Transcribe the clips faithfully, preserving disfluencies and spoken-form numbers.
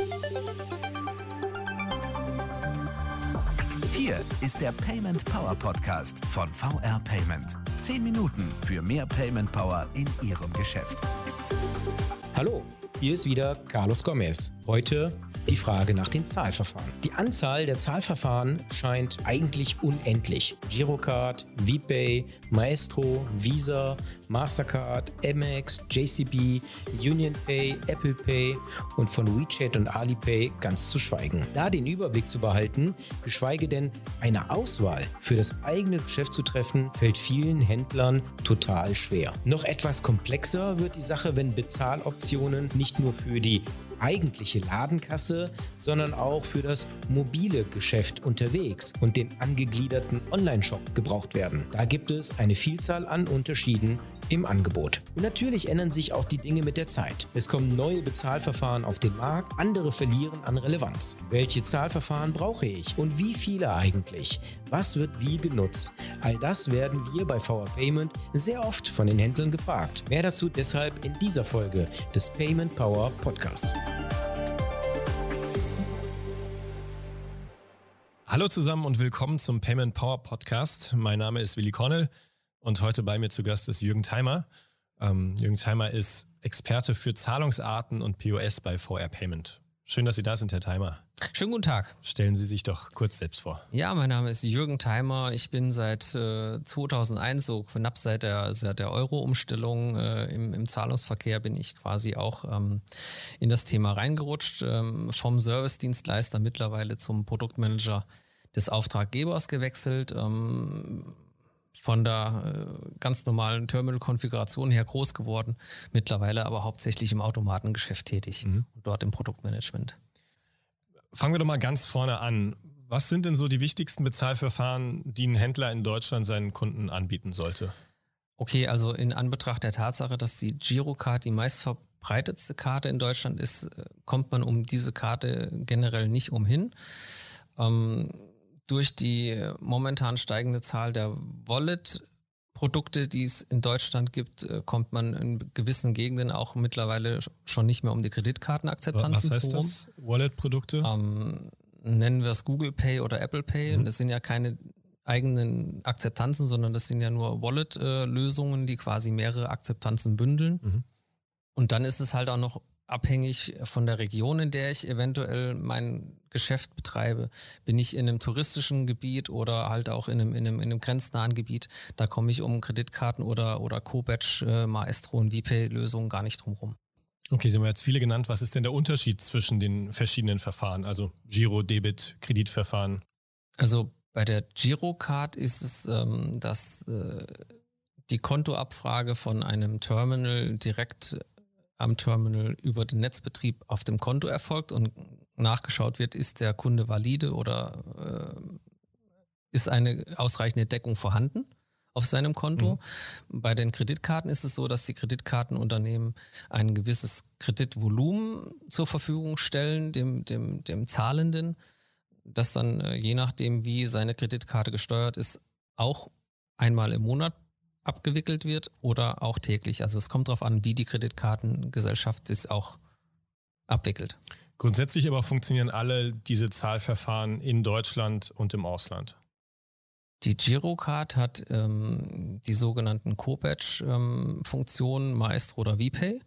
Hier ist der Payment Power Podcast von V R Payment. Zehn Minuten für mehr Payment Power in Ihrem Geschäft. Hallo, hier ist wieder Carlos Gomez. Heute die Frage nach den Zahlverfahren. Die Anzahl der Zahlverfahren scheint eigentlich unendlich. Girocard, VPay, Maestro, Visa, Mastercard, Amex, J C B, UnionPay, Apple Pay und von WeChat und Alipay ganz zu schweigen. Da den Überblick zu behalten, geschweige denn eine Auswahl für das eigene Geschäft zu treffen, fällt vielen Händlern total schwer. Noch etwas komplexer wird die Sache, wenn Bezahloptionen nicht nur für die eigentliche Ladenkasse, sondern auch für das mobile Geschäft unterwegs und den angegliederten Online-Shop gebraucht werden. Da gibt es eine Vielzahl an Unterschieden im Angebot. Und natürlich ändern sich auch die Dinge mit der Zeit. Es kommen neue Bezahlverfahren auf den Markt, andere verlieren an Relevanz. Welche Zahlverfahren brauche ich und wie viele eigentlich? Was wird wie genutzt? All das werden wir bei V R Payment sehr oft von den Händlern gefragt. Mehr dazu deshalb in dieser Folge des Payment Power Podcasts. Hallo zusammen und willkommen zum Payment Power Podcast. Mein Name ist Willi Cornell und heute bei mir zu Gast ist Jürgen Theimer. Ähm, Jürgen Theimer ist Experte für Zahlungsarten und P O S bei V R Payment. Schön, dass Sie da sind, Herr Theimer. Schönen guten Tag. Stellen Sie sich doch kurz selbst vor. Ja, mein Name ist Jürgen Theimer. Ich bin seit äh, zweitausendeins, so knapp seit der, seit der Euro-Umstellung äh, im, im Zahlungsverkehr, bin ich quasi auch ähm, in das Thema reingerutscht. Ähm, vom Service-Dienstleister mittlerweile zum Produktmanager des Auftraggebers gewechselt. Ähm, von der äh, ganz normalen Terminal-Konfiguration her groß geworden, mittlerweile aber hauptsächlich im Automatengeschäft tätig mhm. und dort im Produktmanagement. Fangen wir doch mal ganz vorne an. Was sind denn so die wichtigsten Bezahlverfahren, die ein Händler in Deutschland seinen Kunden anbieten sollte? Okay, also in Anbetracht der Tatsache, dass die Girocard die meistverbreitetste Karte in Deutschland ist, kommt man um diese Karte generell nicht umhin. Ähm, Durch die momentan steigende Zahl der Wallet-Produkte, die es in Deutschland gibt, kommt man in gewissen Gegenden auch mittlerweile schon nicht mehr um die Kreditkartenakzeptanzen herum. Was heißt herum. das? Wallet-Produkte? Ähm, nennen wir es Google Pay oder Apple Pay. Mhm. Das sind ja keine eigenen Akzeptanzen, sondern das sind ja nur Wallet-Lösungen, die quasi mehrere Akzeptanzen bündeln. Mhm. Und dann ist es halt auch noch abhängig von der Region, in der ich eventuell mein Geschäft betreibe. Bin ich in einem touristischen Gebiet oder halt auch in einem, in einem, in einem grenznahen Gebiet, da komme ich um Kreditkarten oder, oder Co-Badge, äh, Maestro und VPay-Lösungen gar nicht drum rum. Okay, Sie haben jetzt viele genannt. Was ist denn der Unterschied zwischen den verschiedenen Verfahren? Also Giro, Debit, Kreditverfahren? Also bei der Girocard ist es, ähm, dass äh, die Kontoabfrage von einem Terminal direkt am Terminal über den Netzbetrieb auf dem Konto erfolgt und nachgeschaut wird, ist der Kunde valide oder äh, ist eine ausreichende Deckung vorhanden auf seinem Konto. Mhm. Bei den Kreditkarten ist es so, dass die Kreditkartenunternehmen ein gewisses Kreditvolumen zur Verfügung stellen, dem, dem, dem Zahlenden, das dann äh, je nachdem, wie seine Kreditkarte gesteuert ist, auch einmal im Monat abgewickelt wird oder auch täglich. Also es kommt darauf an, wie die Kreditkartengesellschaft es auch abwickelt. Grundsätzlich aber funktionieren alle diese Zahlverfahren in Deutschland und im Ausland? Die Girocard hat ähm, die sogenannten Co-Badge-Funktionen, ähm, Maestro oder VPay.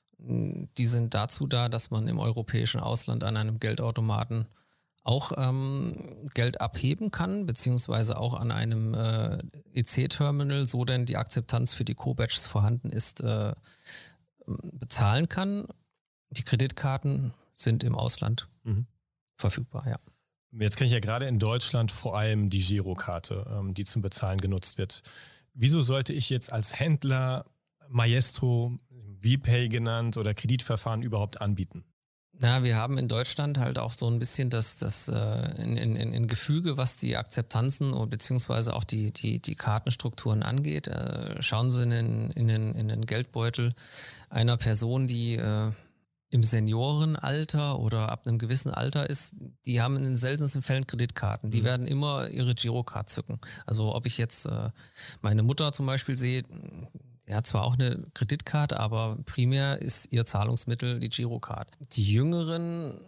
Die sind dazu da, dass man im europäischen Ausland an einem Geldautomaten auch ähm, Geld abheben kann, beziehungsweise auch an einem äh, E C-Terminal, so denn die Akzeptanz für die Co-Badges vorhanden ist, äh, bezahlen kann. Die Kreditkarten sind im Ausland mhm. verfügbar, ja. Jetzt kenne ich ja gerade in Deutschland vor allem die Girokarte, ähm, die zum Bezahlen genutzt wird. Wieso sollte ich jetzt als Händler Maestro, VPay genannt oder Kreditverfahren überhaupt anbieten? Ja, wir haben in Deutschland halt auch so ein bisschen das, das äh, in, in, in Gefüge, was die Akzeptanzen und beziehungsweise auch die, die, die Kartenstrukturen angeht. Äh, schauen Sie in den, in, den, in den Geldbeutel einer Person, die äh, im Seniorenalter oder ab einem gewissen Alter ist, die haben in den seltensten Fällen Kreditkarten. Die mhm. werden immer ihre Girocard zücken. Also ob ich jetzt äh, meine Mutter zum Beispiel sehe, die hat zwar auch eine Kreditkarte, aber primär ist ihr Zahlungsmittel die Girocard. Die Jüngeren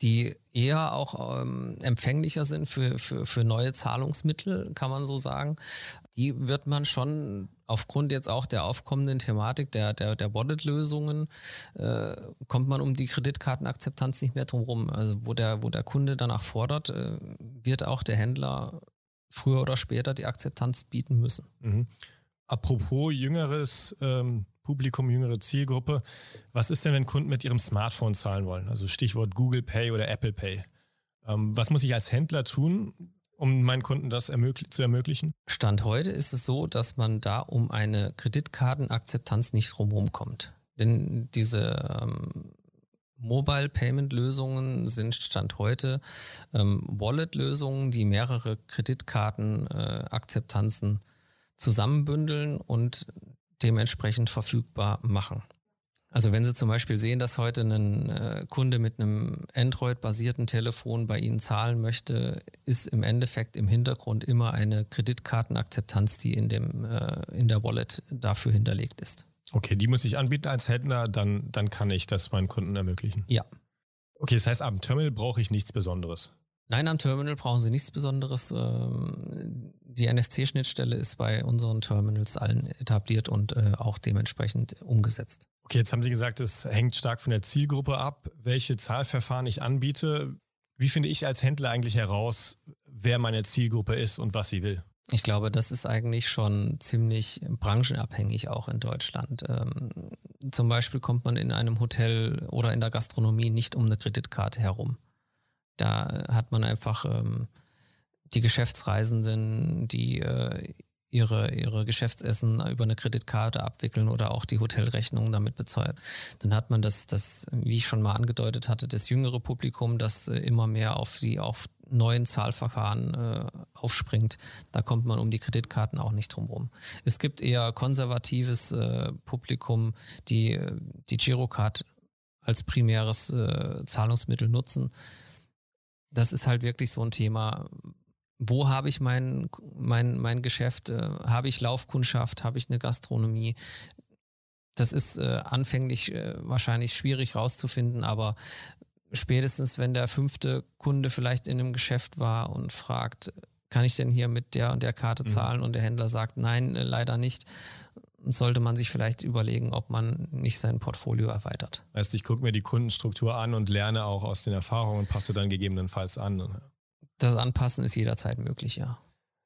die eher auch ähm, empfänglicher sind für, für, für neue Zahlungsmittel, kann man so sagen. Die wird man schon aufgrund jetzt auch der aufkommenden Thematik der, der, der Wallet-Lösungen, äh, kommt man um die Kreditkartenakzeptanz nicht mehr drum rum. Also wo der, wo der Kunde danach fordert, äh, wird auch der Händler früher oder später die Akzeptanz bieten müssen. Mhm. Apropos jüngeres ähm, Publikum, jüngere Zielgruppe, was ist denn, wenn Kunden mit ihrem Smartphone zahlen wollen? Also Stichwort Google Pay oder Apple Pay. Ähm, was muss ich als Händler tun, um meinen Kunden das ermöglich- zu ermöglichen? Stand heute ist es so, dass man da um eine Kreditkartenakzeptanz nicht drumherum kommt. Denn diese ähm, Mobile-Payment-Lösungen sind Stand heute ähm, Wallet-Lösungen, die mehrere Kreditkartenakzeptanzen äh, zusammenbündeln und dementsprechend verfügbar machen. Also wenn Sie zum Beispiel sehen, dass heute ein äh, Kunde mit einem Android-basierten Telefon bei Ihnen zahlen möchte, ist im Endeffekt im Hintergrund immer eine Kreditkartenakzeptanz, die in dem äh, in der Wallet dafür hinterlegt ist. Okay, die muss ich anbieten als Händler, dann, dann kann ich das meinen Kunden ermöglichen. Ja. Okay, das heißt, am Terminal brauche ich nichts Besonderes. Nein, am Terminal brauchen Sie nichts Besonderes. Die N F C-Schnittstelle ist bei unseren Terminals allen etabliert und auch dementsprechend umgesetzt. Okay, jetzt haben Sie gesagt, es hängt stark von der Zielgruppe ab, welche Zahlverfahren ich anbiete. Wie finde ich als Händler eigentlich heraus, wer meine Zielgruppe ist und was sie will? Ich glaube, das ist eigentlich schon ziemlich branchenabhängig auch in Deutschland. Ähm, zum Beispiel kommt man in einem Hotel oder in der Gastronomie nicht um eine Kreditkarte herum. Da hat man einfach ähm, die Geschäftsreisenden, die äh, ihre, ihre Geschäftsessen über eine Kreditkarte abwickeln oder auch die Hotelrechnungen damit bezahlen. Dann hat man das, das, wie ich schon mal angedeutet hatte, das jüngere Publikum, das äh, immer mehr auf die auf neuen Zahlverfahren äh, aufspringt. Da kommt man um die Kreditkarten auch nicht drum rum. Es gibt eher konservatives äh, Publikum, die die Girocard als primäres äh, Zahlungsmittel nutzen. Das ist halt wirklich so ein Thema. Wo habe ich mein, mein, mein Geschäft? Äh, habe ich Laufkundschaft? Habe ich eine Gastronomie? Das ist äh, anfänglich äh, wahrscheinlich schwierig rauszufinden, aber spätestens, wenn der fünfte Kunde vielleicht in einem Geschäft war und fragt, kann ich denn hier mit der und der Karte zahlen? Mhm. Und der Händler sagt, nein, äh, leider nicht, sollte man sich vielleicht überlegen, ob man nicht sein Portfolio erweitert. Heißt, ich gucke mir die Kundenstruktur an und lerne auch aus den Erfahrungen und passe dann gegebenenfalls an. Das Anpassen ist jederzeit möglich, ja.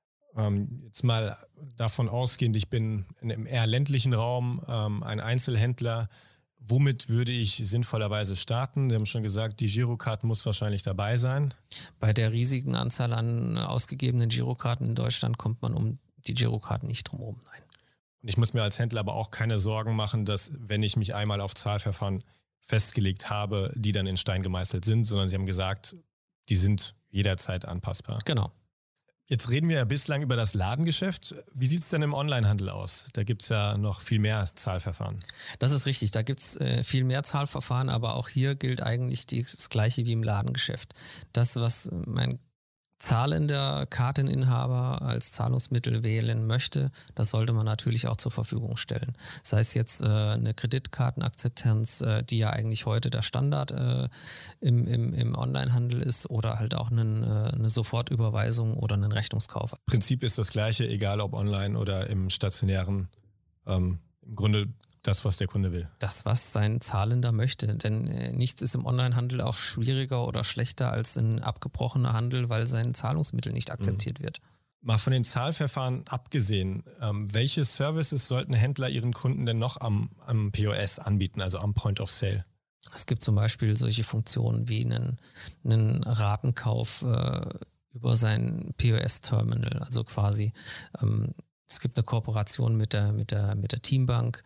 Ähm, jetzt mal davon ausgehend, ich bin in einem eher ländlichen Raum, ähm, ein Einzelhändler. Womit würde ich sinnvollerweise starten? Sie haben schon gesagt, die Girocard muss wahrscheinlich dabei sein. Bei der riesigen Anzahl an ausgegebenen Girokarten in Deutschland kommt man um die Girocard nicht drum herum, nein. Und ich muss mir als Händler aber auch keine Sorgen machen, dass, wenn ich mich einmal auf Zahlverfahren festgelegt habe, die dann in Stein gemeißelt sind, sondern Sie haben gesagt, die sind jederzeit anpassbar. Genau. Jetzt reden wir ja bislang über das Ladengeschäft. Wie sieht es denn im Onlinehandel aus? Da gibt es ja noch viel mehr Zahlverfahren. Das ist richtig, da gibt es äh, viel mehr Zahlverfahren, aber auch hier gilt eigentlich das Gleiche wie im Ladengeschäft. Das, was mein zahlender Karteninhaber als Zahlungsmittel wählen möchte, das sollte man natürlich auch zur Verfügung stellen. Sei es jetzt äh, eine Kreditkartenakzeptanz, äh, die ja eigentlich heute der Standard äh, im, im, im Onlinehandel ist, oder halt auch einen, äh, eine Sofortüberweisung oder einen Rechnungskauf. Prinzip ist das gleiche, egal ob online oder im stationären. Ähm, im Grunde das, was der Kunde will. Das, was sein Zahlender möchte. Denn äh, nichts ist im Onlinehandel auch schwieriger oder schlechter als ein abgebrochener Handel, weil sein Zahlungsmittel nicht akzeptiert mhm. wird. Mal von den Zahlverfahren abgesehen, ähm, welche Services sollten Händler ihren Kunden denn noch am, am P O S anbieten, also am Point of Sale? Es gibt zum Beispiel solche Funktionen wie einen, einen Ratenkauf äh, über sein P O S-Terminal. Also quasi, ähm, es gibt eine Kooperation mit der, mit der, mit der Teambank,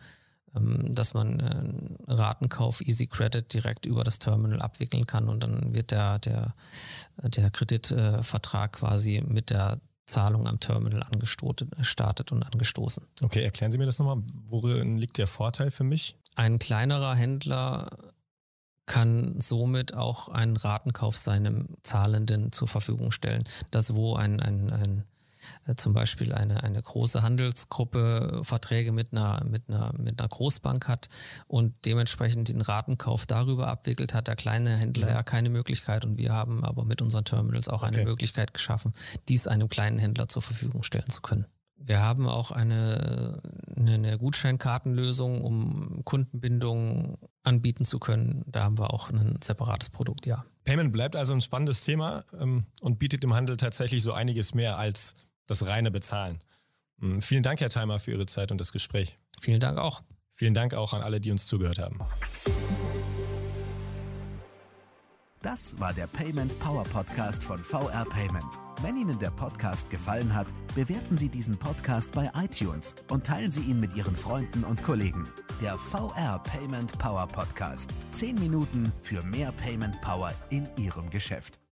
dass man einen Ratenkauf Easy Credit direkt über das Terminal abwickeln kann und dann wird der, der, der Kreditvertrag quasi mit der Zahlung am Terminal angestartet und angestoßen. Okay, erklären Sie mir das nochmal. Worin liegt der Vorteil für mich? Ein kleinerer Händler kann somit auch einen Ratenkauf seinem Zahlenden zur Verfügung stellen. Das, wo ein, ein, ein äh, zum Beispiel eine, eine große Handelsgruppe Verträge mit einer, mit, einer, mit einer Großbank hat und dementsprechend den Ratenkauf darüber abwickelt, hat der kleine Händler ja, ja keine Möglichkeit und wir haben aber mit unseren Terminals auch eine okay. Möglichkeit geschaffen, dies einem kleinen Händler zur Verfügung stellen zu können. Wir haben auch eine, eine Gutscheinkartenlösung, um Kundenbindung anbieten zu können. Da haben wir auch ein separates Produkt, ja. Payment bleibt also ein spannendes Thema ähm, und bietet im Handel tatsächlich so einiges mehr als das reine Bezahlen. Ähm, vielen Dank, Herr Theimer, für Ihre Zeit und das Gespräch. Vielen Dank auch. Vielen Dank auch an alle, die uns zugehört haben. Das war der Payment Power Podcast von V R Payment. Wenn Ihnen der Podcast gefallen hat, bewerten Sie diesen Podcast bei iTunes und teilen Sie ihn mit Ihren Freunden und Kollegen. Der V R Payment Power Podcast. Zehn Minuten für mehr Payment Power in Ihrem Geschäft.